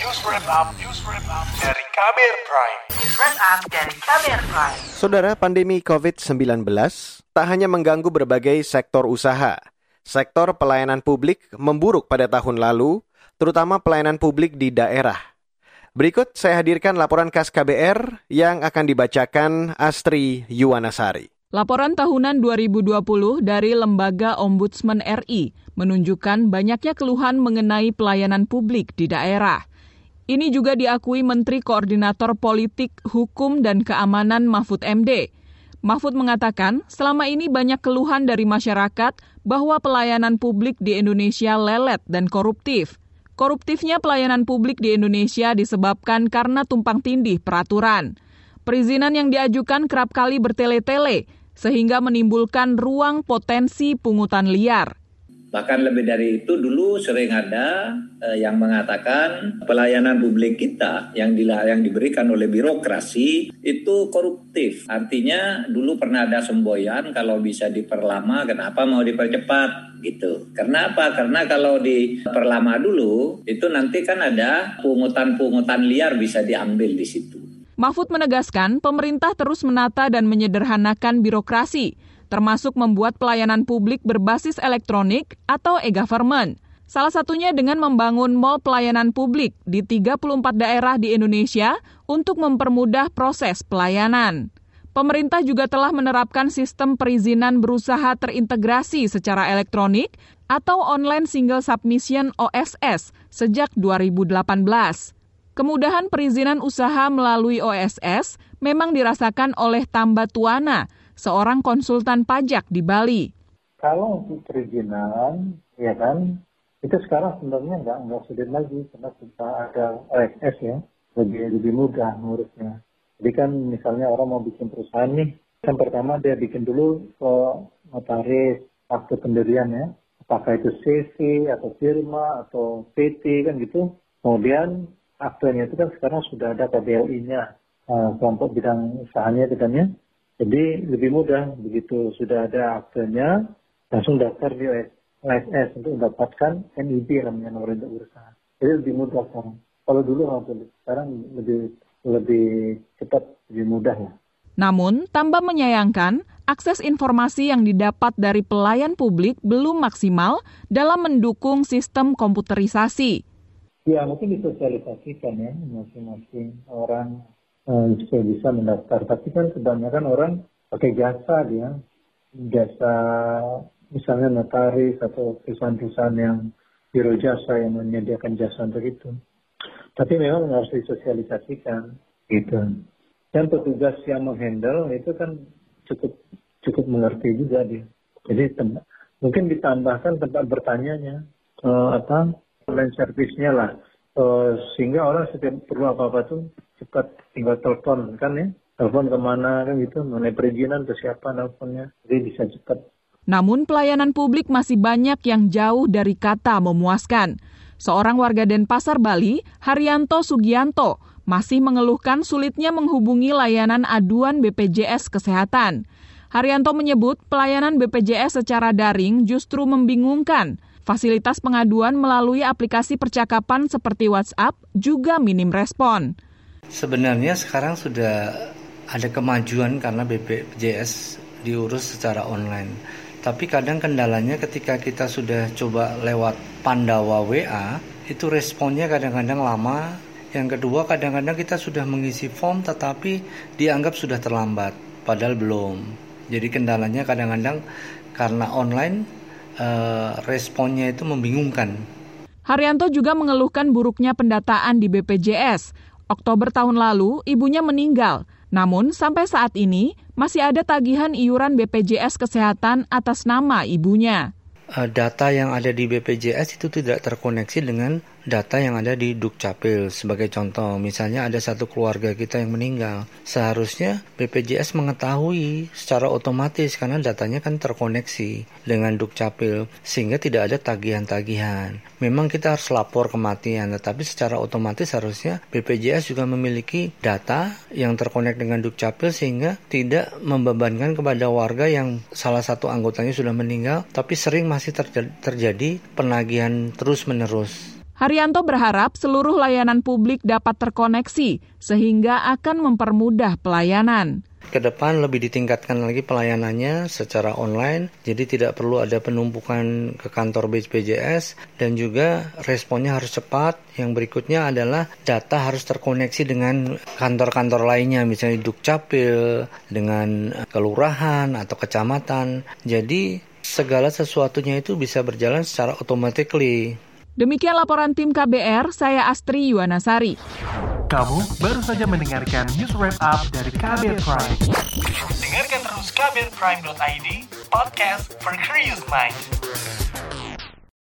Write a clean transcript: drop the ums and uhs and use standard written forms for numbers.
News Wrap Up dari Kamer Prime. News Wrap Up dari Kamer Prime. Saudara, pandemi COVID-19 tak hanya mengganggu berbagai sektor usaha. Sektor pelayanan publik memburuk pada tahun lalu, terutama pelayanan publik di daerah. Berikut saya hadirkan laporan khas KBR yang akan dibacakan Astri Yuwanasari. Laporan tahunan 2020 dari Lembaga Ombudsman RI menunjukkan banyaknya keluhan mengenai pelayanan publik di daerah. Ini juga diakui Menteri Koordinator Politik, Hukum, dan Keamanan Mahfud MD. Mahfud mengatakan selama ini banyak keluhan dari masyarakat bahwa pelayanan publik di Indonesia lelet dan koruptif. Koruptifnya pelayanan publik di Indonesia disebabkan karena tumpang tindih peraturan. Perizinan yang diajukan kerap kali bertele-tele, sehingga menimbulkan ruang potensi pungutan liar. Bahkan lebih dari itu dulu sering ada yang mengatakan pelayanan publik kita yang diberikan oleh birokrasi itu koruptif. Artinya dulu pernah ada semboyan kalau bisa diperlama kenapa mau dipercepat gitu. Kenapa? Karena kalau diperlama dulu itu nanti kan ada pungutan-pungutan liar bisa diambil di situ. Mahfud menegaskan pemerintah terus menata dan menyederhanakan birokrasi, termasuk membuat pelayanan publik berbasis elektronik atau e-government. Salah satunya dengan membangun mall pelayanan publik di 34 daerah di Indonesia untuk mempermudah proses pelayanan. Pemerintah juga telah menerapkan sistem perizinan berusaha terintegrasi secara elektronik atau Online Single Submission OSS sejak 2018. Kemudahan perizinan usaha melalui OSS memang dirasakan oleh Tamba Tuana, seorang konsultan pajak di Bali. Kalau untuk perizinan, ya kan, itu sekarang sebenarnya nggak sulit lagi karena kita ada OSS ya, lebih mudah ngurusnya. Jadi kan misalnya orang mau bikin perusahaan nih, yang pertama dia bikin dulu ke notaris akte pendirian ya, apakah itu CC atau firma atau PT kan gitu. Kemudian aktenya itu kan sekarang sudah ada KBLI-nya, kelompok bidang usahanya itu kan ya. Jadi lebih mudah, begitu sudah ada aktenya, langsung daftar di OSS untuk mendapatkan NIB namanya nomor induk berusaha. Jadi lebih mudah sekarang. Kalau dulu sekarang lebih cepat, lebih mudah ya. Namun, Tamba menyayangkan akses informasi yang didapat dari pelayan publik belum maksimal dalam mendukung sistem komputerisasi. Ya mungkin disosialisasikan ya, masing-masing orang supaya bisa mendaftar. Tapi kan kebanyakan orang pakai jasa misalnya notaris atau perusahaan-perusahaan yang biro jasa yang menyediakan jasa untuk itu. Tapi memang harus disosialisasikan gitu. Dan petugas yang menghandle itu kan cukup mengerti juga dia. Jadi mungkin ditambahkan tempat bertanyanya online service-nya lah. Sehingga orang setiap perlu apa-apa tuh cepat tinggal telepon kan ya. Telepon kemana kan gitu, mengenai perizinan ke siapa teleponnya. Jadi bisa cepat. Namun pelayanan publik masih banyak yang jauh dari kata memuaskan. Seorang warga Denpasar, Bali, Haryanto Sugianto, masih mengeluhkan sulitnya menghubungi layanan aduan BPJS Kesehatan. Haryanto menyebut pelayanan BPJS secara daring justru membingungkan. Fasilitas pengaduan melalui aplikasi percakapan seperti WhatsApp juga minim respon. Sebenarnya sekarang sudah ada kemajuan karena BPJS diurus secara online. Tapi kadang kendalanya ketika kita sudah coba lewat Pandawa WA, itu responnya kadang-kadang lama. Yang kedua, kadang-kadang kita sudah mengisi form tetapi dianggap sudah terlambat, padahal belum. Jadi kendalanya kadang-kadang karena online, responnya itu membingungkan. Haryanto juga mengeluhkan buruknya pendataan di BPJS. Oktober tahun lalu, ibunya meninggal. Namun, sampai saat ini, masih ada tagihan iuran BPJS Kesehatan atas nama ibunya. Data yang ada di BPJS itu tidak terkoneksi dengan data yang ada di Dukcapil. Sebagai contoh, misalnya ada satu keluarga kita yang meninggal. Seharusnya BPJS mengetahui secara otomatis karena datanya kan terkoneksi dengan Dukcapil sehingga tidak ada tagihan-tagihan. Memang kita harus lapor kematian, tetapi secara otomatis harusnya BPJS juga memiliki data yang terkonek dengan Dukcapil sehingga tidak membebankan kepada warga yang salah satu anggotanya sudah meninggal tapi sering masih terjadi penagihan terus-menerus. Haryanto berharap seluruh layanan publik dapat terkoneksi sehingga akan mempermudah pelayanan. Ke depan lebih ditingkatkan lagi pelayanannya secara online, jadi tidak perlu ada penumpukan ke kantor BPJS dan juga responnya harus cepat. Yang berikutnya adalah data harus terkoneksi dengan kantor-kantor lainnya, misalnya Dukcapil, dengan kelurahan atau kecamatan. Jadi segala sesuatunya itu bisa berjalan secara automatically. Demikian laporan tim KBR, saya Astri Yuwanasari. Kamu baru saja mendengarkan news wrap up dari KBR Prime. Dengarkan terus kbrprime.id, podcast for curious mind.